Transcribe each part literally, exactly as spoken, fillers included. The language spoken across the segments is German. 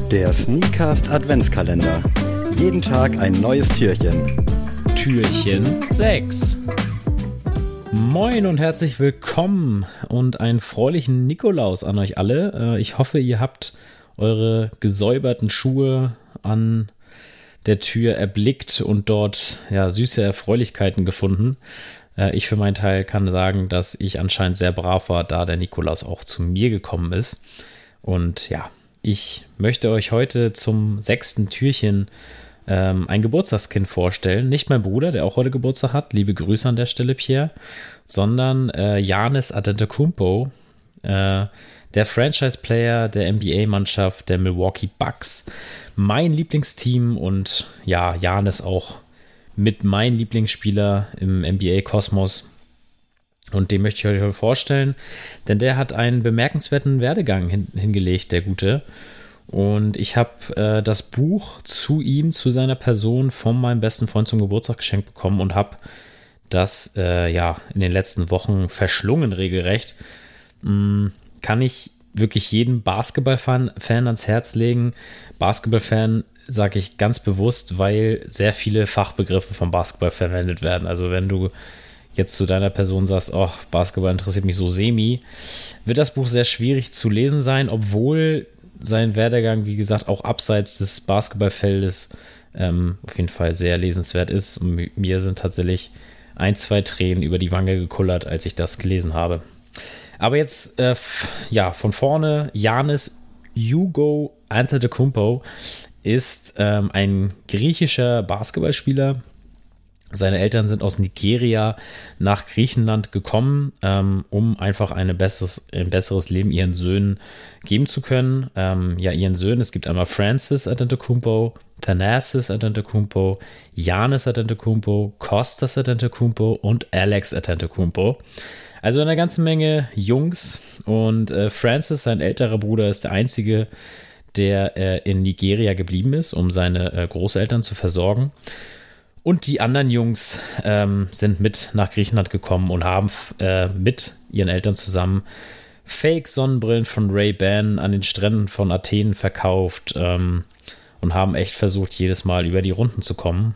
Der Sneakcast Adventskalender. Jeden Tag ein neues Türchen. Türchen sechs. Moin und herzlich willkommen und einen fröhlichen Nikolaus an euch alle. Ich hoffe, ihr habt eure gesäuberten Schuhe an der Tür erblickt und dort ja, süße Erfreulichkeiten gefunden. Ich für meinen Teil kann sagen, dass ich anscheinend sehr brav war, da der Nikolaus auch zu mir gekommen ist. Und ja, ich möchte euch heute zum sechsten Türchen ähm, ein Geburtstagskind vorstellen. Nicht mein Bruder, der auch heute Geburtstag hat, liebe Grüße an der Stelle, Pierre, sondern äh, Giannis Antetokounmpo, äh, der Franchise-Player der N B A-Mannschaft der Milwaukee Bucks. Mein Lieblingsteam und ja, Giannis auch mit mein Lieblingsspieler im N B A-Kosmos. Und den möchte ich euch heute vorstellen, denn der hat einen bemerkenswerten Werdegang hin, hingelegt, der Gute. Und ich habe äh, das Buch zu ihm, zu seiner Person von meinem besten Freund zum Geburtstag geschenkt bekommen und habe das äh, ja in den letzten Wochen verschlungen regelrecht. Mhm, kann ich wirklich jedem Basketball-Fan Fan ans Herz legen. Basketball-Fan sage ich ganz bewusst, weil sehr viele Fachbegriffe vom Basketball verwendet werden. Also wenn du jetzt zu deiner Person sagst, oh, Basketball interessiert mich so semi, wird das Buch sehr schwierig zu lesen sein, obwohl sein Werdegang, wie gesagt, auch abseits des Basketballfeldes ähm, auf jeden Fall sehr lesenswert ist. Und mir sind tatsächlich ein, zwei Tränen über die Wange gekullert, als ich das gelesen habe. Aber jetzt, äh, f- ja, von vorne, Giannis Hugo Antetokounmpo ist ähm, ein griechischer Basketballspieler. Seine Eltern sind aus Nigeria nach Griechenland gekommen, ähm, um einfach eine besseres, ein besseres Leben ihren Söhnen geben zu können. Ähm, ja, ihren Söhnen, es gibt einmal Francis Antetokounmpo, Thanasis Antetokounmpo, Giannis Antetokounmpo, Kostas Antetokounmpo und Alex Antetokounmpo. Also eine ganze Menge Jungs und äh, Francis, sein älterer Bruder, ist der einzige, der äh, in Nigeria geblieben ist, um seine äh, Großeltern zu versorgen. Und die anderen Jungs ähm, sind mit nach Griechenland gekommen und haben äh, mit ihren Eltern zusammen Fake-Sonnenbrillen von Ray-Ban an den Stränden von Athen verkauft ähm, und haben echt versucht, jedes Mal über die Runden zu kommen.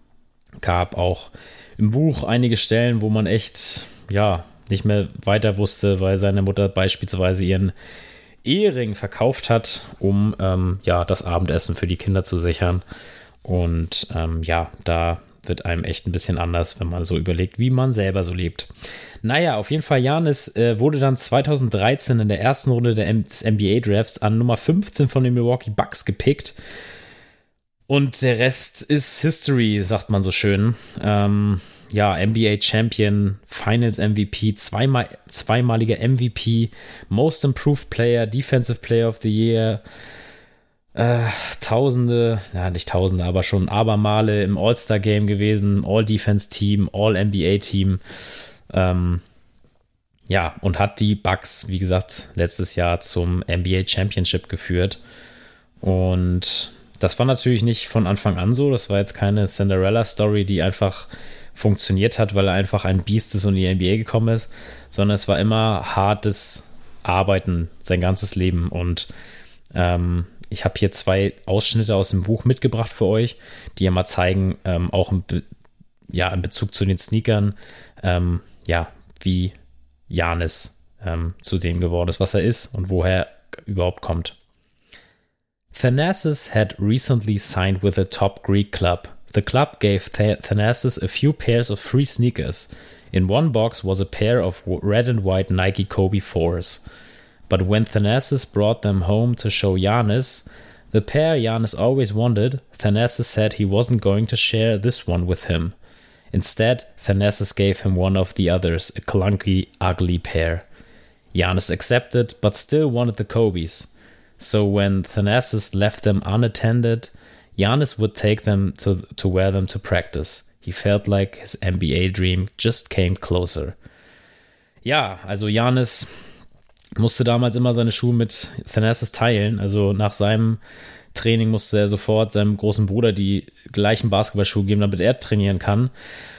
Gab auch im Buch einige Stellen, wo man echt, ja, nicht mehr weiter wusste, weil seine Mutter beispielsweise ihren Ehering verkauft hat, um ähm, ja, das Abendessen für die Kinder zu sichern. Und ähm, ja, da wird einem echt ein bisschen anders, wenn man so überlegt, wie man selber so lebt. Naja, auf jeden Fall, Giannis äh, wurde dann zwanzig dreizehn in der ersten Runde der M- des N B A-Drafts an Nummer fünfzehn von den Milwaukee Bucks gepickt. Und der Rest ist History, sagt man so schön. Ähm, ja, N B A-Champion, Finals-M V P, zweimal, zweimaliger M V P, Most Improved Player, Defensive Player of the Year, Äh, Tausende, ja nicht Tausende, aber schon abermale im All-Star-Game gewesen, All-Defense-Team, All-N B A-Team. Ähm, ja, und hat die Bucks, wie gesagt, letztes Jahr zum N B A-Championship geführt. Und das war natürlich nicht von Anfang an so. Das war jetzt keine Cinderella-Story, die einfach funktioniert hat, weil er einfach ein Biest ist und in die N B A gekommen ist, sondern es war immer hartes Arbeiten, sein ganzes Leben. Und ähm, ich habe hier zwei Ausschnitte aus dem Buch mitgebracht für euch, die ja mal zeigen, ähm, auch im, Be- ja, in Bezug zu den Sneakern, ähm, ja, wie Giannis ähm, zu dem geworden ist, was er ist und woher überhaupt kommt. Thanasis had recently signed with a top Greek club. The club gave Th- Thanasis a few pairs of free sneakers. In one box was a pair of red and white Nike Kobe fours. But when Thanasis brought them home to show Giannis, the pair Giannis always wanted, Thanasis said he wasn't going to share this one with him. Instead, Thanasis gave him one of the others, a clunky, ugly pair. Giannis accepted, but still wanted the Kobe's. So when Thanasis left them unattended, Giannis would take them to, to wear them to practice. He felt like his N B A dream just came closer. Ja, also Giannis musste damals immer seine Schuhe mit Thanasis teilen. Also nach seinem Training musste er sofort seinem großen Bruder die gleichen Basketballschuhe geben, damit er trainieren kann.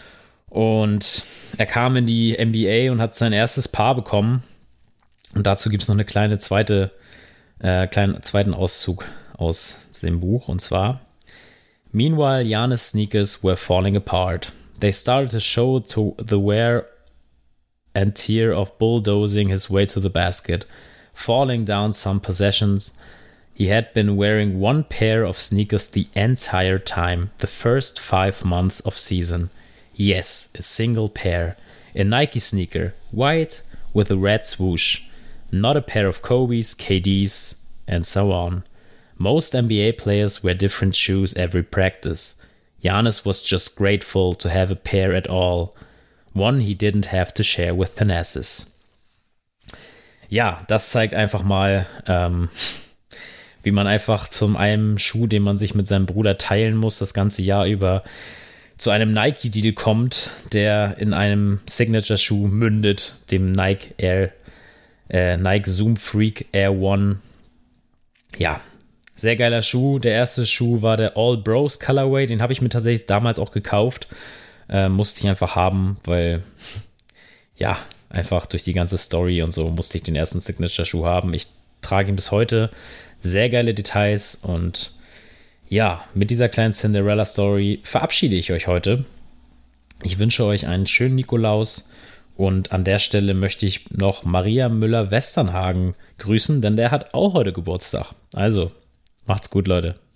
Und er kam in die N B A und hat sein erstes Paar bekommen. Und dazu gibt es noch eine kleine zweite, äh, kleinen zweiten Auszug aus dem Buch, und zwar: Meanwhile, Giannis' sneakers were falling apart. They started to show to the wear and tear of bulldozing his way to the basket, falling down some possessions. He had been wearing one pair of sneakers the entire time, the first five months of season. Yes, a single pair. A Nike sneaker, white with a red swoosh. Not a pair of Kobe's, K D's, and so on. Most N B A players wear different shoes every practice. Giannis was just grateful to have a pair at all. One he didn't have to share with Thanasis. Ja, das zeigt einfach mal, ähm, wie man einfach zum einem Schuh, den man sich mit seinem Bruder teilen muss, das ganze Jahr über, zu einem Nike-Deal kommt, der in einem Signature-Schuh mündet, dem Nike Air, äh, Nike Zoom Freak Air One. Ja, sehr geiler Schuh. Der erste Schuh war der All Bros Colorway. Den habe ich mir tatsächlich damals auch gekauft. Äh, musste ich einfach haben, weil, ja, einfach durch die ganze Story und so musste ich den ersten Signature-Schuh haben. Ich trage ihn bis heute. Sehr geile Details, und ja, mit dieser kleinen Cinderella-Story verabschiede ich euch heute. Ich wünsche euch einen schönen Nikolaus, und an der Stelle möchte ich noch Maria Müller-Westernhagen grüßen, denn der hat auch heute Geburtstag. Also, macht's gut, Leute.